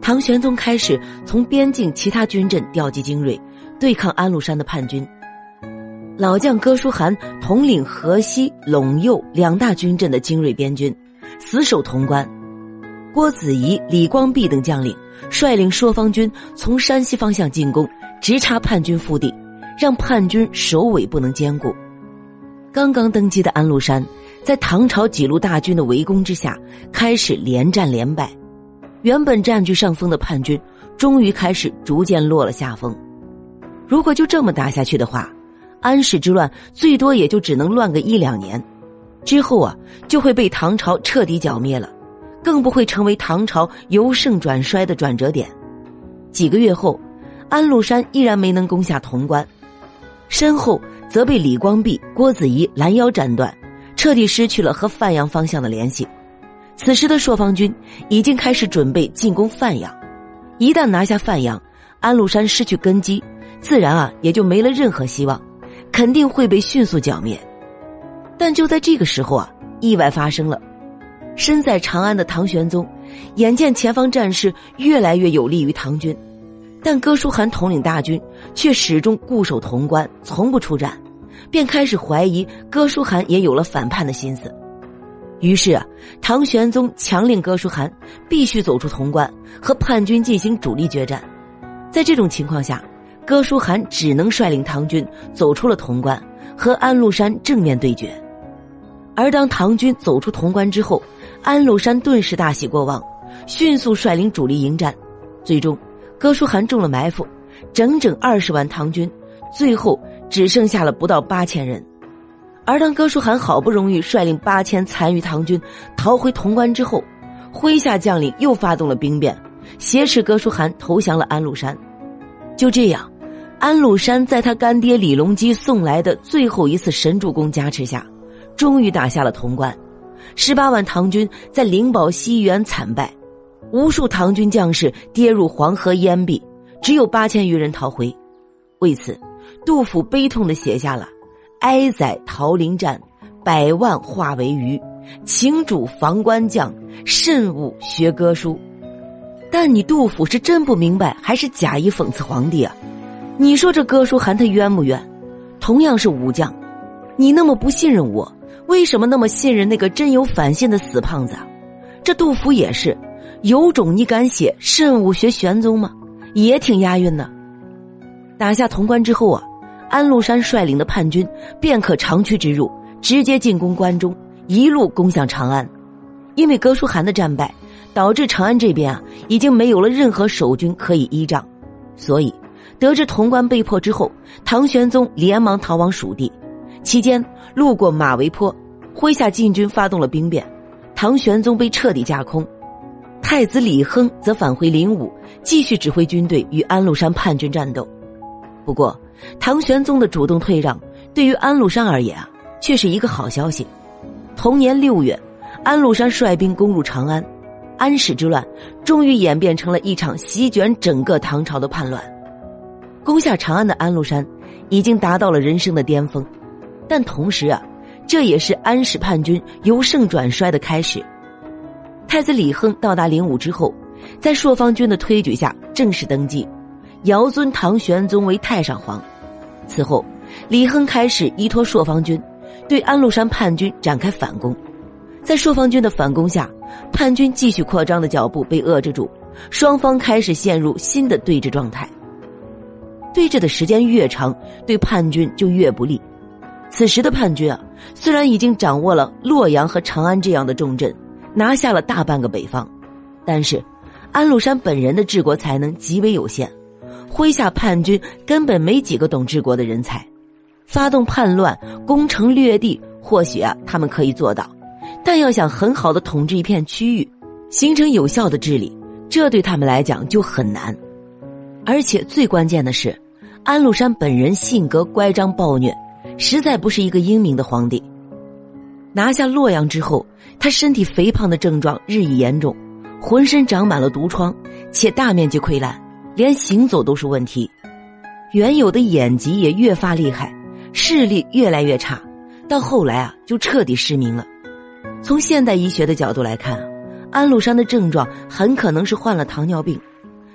唐玄宗开始从边境其他军镇调集精锐，对抗安禄山的叛军。老将哥舒翰统领河西、陇右2大军镇的精锐边军，死守潼关。郭子仪、李光弼等将领率领朔方军从山西方向进攻，直插叛军腹地，让叛军首尾不能兼顾。刚刚登基的安禄山在唐朝几路大军的围攻之下，开始连战连败。原本占据上风的叛军终于开始逐渐落了下风。如果就这么打下去的话，安史之乱最多也就只能乱个1-2年，之后啊就会被唐朝彻底剿灭了，更不会成为唐朝由盛转衰的转折点。几个月后，安禄山依然没能攻下潼关，身后则被李光弼、郭子仪拦腰斩断，彻底失去了和范阳方向的联系。此时的朔方军已经开始准备进攻范阳，一旦拿下范阳，安禄山失去根基，自然也就没了任何希望，肯定会被迅速剿灭。但就在这个时候意外发生了。身在长安的唐玄宗眼见前方战事越来越有利于唐军，但哥舒翰统领大军却始终固守潼关，从不出战，便开始怀疑哥舒翰也有了反叛的心思。于是唐玄宗强令哥舒翰必须走出潼关，和叛军进行主力决战。在这种情况下，哥舒翰只能率领唐军走出了潼关，和安禄山正面对决。而当唐军走出潼关之后，安禄山顿时大喜过望，迅速率领主力迎战。最终哥舒翰中了埋伏，整整20万唐军最后只剩下了不到8000人。而当哥舒翰好不容易率领8000残余唐军逃回潼关之后，麾下将领又发动了兵变，挟持哥舒翰投降了安禄山。就这样，安禄山在他干爹李隆基送来的最后一次神助攻加持下，终于打下了潼关。18万唐军在灵宝西原惨败，无数唐军将士跌入黄河淹毙，只有8000余人逃回。为此，杜甫悲痛地写下了哀哉桃林战，100万化为鱼，请主防关将，慎勿学歌书。但你杜甫是真不明白，还是假意讽刺皇帝啊？你说这哥舒翰他冤不冤？同样是武将，你那么不信任我，为什么那么信任那个真有反心的死胖子啊？这杜甫也是，有种你敢写慎勿学玄宗吗？也挺押韵的。打下潼关之后安禄山率领的叛军便可长驱直入，直接进攻关中，一路攻向长安。因为哥舒翰的战败，导致长安这边已经没有了任何守军可以依仗，所以得知潼关被破之后，唐玄宗连忙逃往蜀地。期间路过马嵬坡，麾下禁军发动了兵变，唐玄宗被彻底架空。太子李亨则返回灵武，继续指挥军队与安禄山叛军战斗。不过唐玄宗的主动退让对于安禄山而言却是一个好消息。同年6月，安禄山率兵攻入长安，安史之乱终于演变成了一场席卷整个唐朝的叛乱。攻下长安的安禄山已经达到了人生的巅峰，但同时这也是安史叛军由盛转衰的开始。太子李亨到达灵武之后，在朔方军的推举下正式登基，遥尊唐玄宗为太上皇。此后李亨开始依托朔方军对安禄山叛军展开反攻。在朔方军的反攻下，叛军继续扩张的脚步被遏制住，双方开始陷入新的对峙状态。对峙的时间越长，对叛军就越不利。此时的叛军虽然已经掌握了洛阳和长安这样的重镇，拿下了大半个北方，但是安禄山本人的治国才能极为有限，麾下叛军根本没几个懂治国的人才。发动叛乱、攻城略地，或许他们可以做到，但要想很好的统治一片区域，形成有效的治理，这对他们来讲就很难。而且最关键的是，安禄山本人性格乖张暴虐，实在不是一个英明的皇帝。拿下洛阳之后，他身体肥胖的症状日益严重，浑身长满了毒疮，且大面积溃烂，连行走都是问题。原有的眼疾也越发厉害，视力越来越差，到后来就彻底失明了。从现代医学的角度来看，安禄山的症状很可能是患了糖尿病，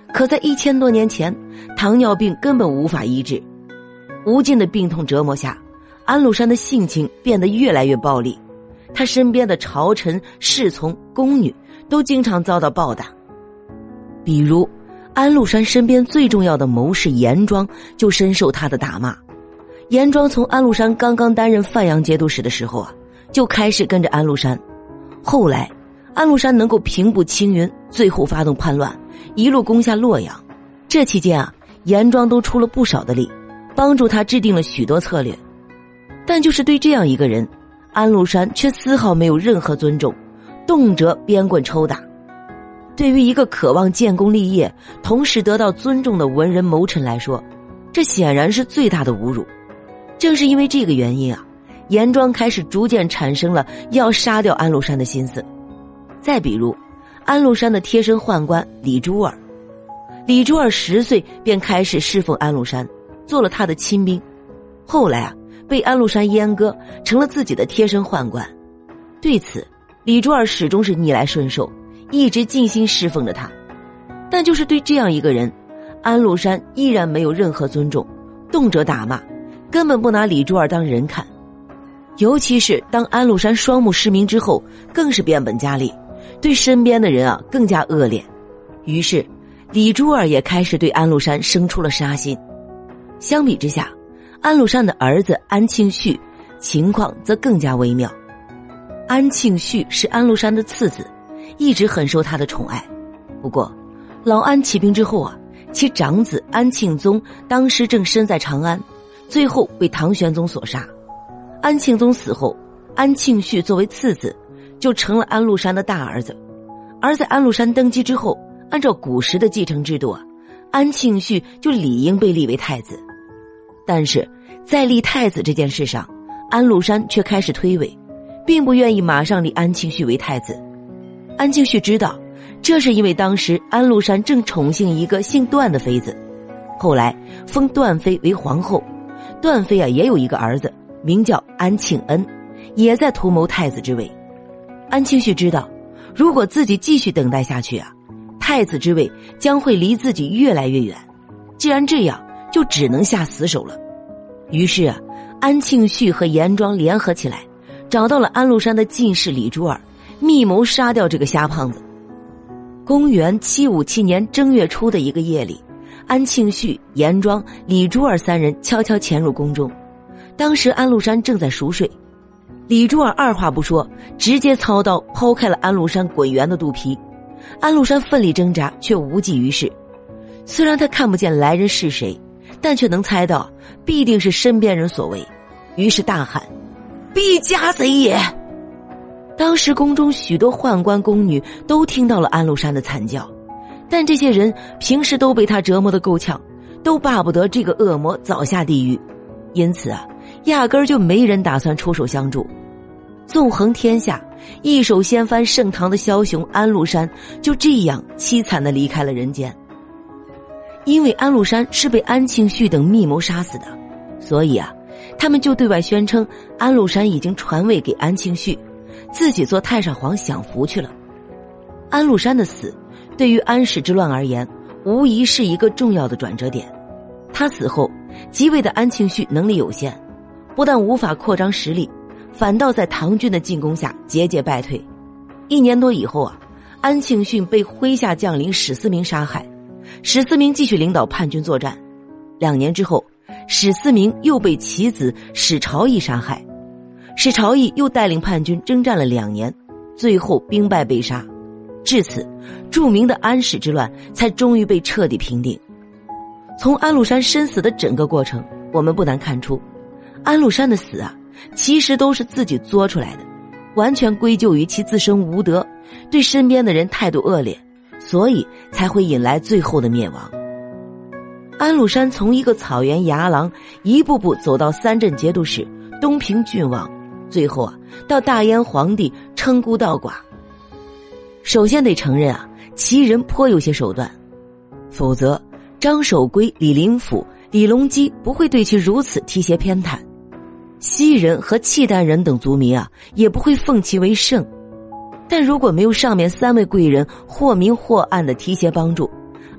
可在1000多年前，糖尿病根本无法医治。无尽的病痛折磨下，安禄山的性情变得越来越暴力，他身边的朝臣、侍从、宫女都经常遭到暴打。比如安禄山身边最重要的谋士严庄就深受他的打骂。严庄从安禄山刚刚担任范阳节度使的时候就开始跟着安禄山，后来安禄山能够平步青云，最后发动叛乱，一路攻下洛阳。这期间严庄都出了不少的力，帮助他制定了许多策略。但就是对这样一个人，安禄山却丝毫没有任何尊重，动辄鞭棍抽打。对于一个渴望建功立业，同时得到尊重的文人谋臣来说，这显然是最大的侮辱。正是因为这个原因严庄开始逐渐产生了要杀掉安禄山的心思。再比如安禄山的贴身宦官李珠儿，李珠儿10岁便开始侍奉安禄山，做了他的亲兵，后来被安禄山阉割，成了自己的贴身宦官。对此李珠儿始终是逆来顺受，一直尽心侍奉着他。但就是对这样一个人，安禄山依然没有任何尊重，动辄打骂，根本不拿李珠儿当人看。尤其是当安禄山双目失明之后，更是变本加厉，对身边的人更加恶劣。于是李珠儿也开始对安禄山生出了杀心。相比之下，安禄山的儿子安庆绪情况则更加微妙。安庆绪是安禄山的次子，一直很受他的宠爱。不过老安起兵之后其长子安庆宗当时正身在长安，最后被唐玄宗所杀。安庆宗死后，安庆绪作为次子就成了安禄山的大儿子。而在安禄山登基之后，按照古时的继承制度安庆绪就理应被立为太子。但是在立太子这件事上，安禄山却开始推诿，并不愿意马上立安庆绪为太子。安庆绪知道这是因为当时安禄山正宠幸一个姓段的妃子，后来封段妃为皇后。段妃也有一个儿子名叫安庆恩，也在图谋太子之位。安庆绪知道如果自己继续等待下去太子之位将会离自己越来越远，既然这样就只能下死手了。于是安庆绪和严庄联合起来，找到了安禄山的近侍李珠儿，密谋杀掉这个瞎胖子。公元757年正月初的一个夜里，安庆绪、严庄、李珠儿3人悄悄潜入宫中。当时安禄山正在熟睡，李珠儿二话不说，直接操刀剖开了安禄山滚圆的肚皮。安禄山奋力挣扎，却无济于事。虽然他看不见来人是谁，但却能猜到必定是身边人所为，于是大喊：必家贼也！当时宫中许多宦官宫女都听到了安禄山的惨叫，但这些人平时都被他折磨得够呛，都巴不得这个恶魔早下地狱，因此压根儿就没人打算出手相助。纵横天下，一手掀翻盛唐的枭雄安禄山就这样凄惨地离开了人间。因为安禄山是被安庆绪等密谋杀死的，所以他们就对外宣称安禄山已经传位给安庆绪，自己做太上皇享福去了。安禄山的死对于安史之乱而言，无疑是一个重要的转折点。他死后，即位的安庆绪能力有限，不但无法扩张实力，反倒在唐军的进攻下节节败退。1年多以后安庆绪被麾下将领史思明杀害，史思明继续领导叛军作战。2年之后，史思明又被其子史朝义杀害，史朝义又带领叛军征战了2年，最后兵败被杀。至此，著名的安史之乱才终于被彻底平定。从安禄山身死的整个过程，我们不难看出，安禄山的死其实都是自己作出来的，完全归咎于其自身无德，对身边的人态度恶劣，所以才会引来最后的灭亡。安禄山从一个草原牙郎一步步走到3镇节度使、东平郡王，最后到大燕皇帝称孤道寡。首先得承认其人颇有些手段，否则张守珪、李林甫、李隆基不会对其如此提携偏袒，西人和契丹人等族民也不会奉其为圣。但如果没有上面3位贵人或明或暗的提携帮助，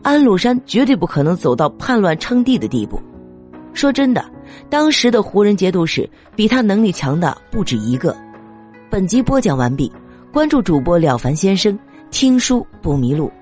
安禄山绝对不可能走到叛乱称帝的地步。说真的，当时的胡人节度使比他能力强的不止一个。本集播讲完毕，关注主播了凡先生，听书不迷路。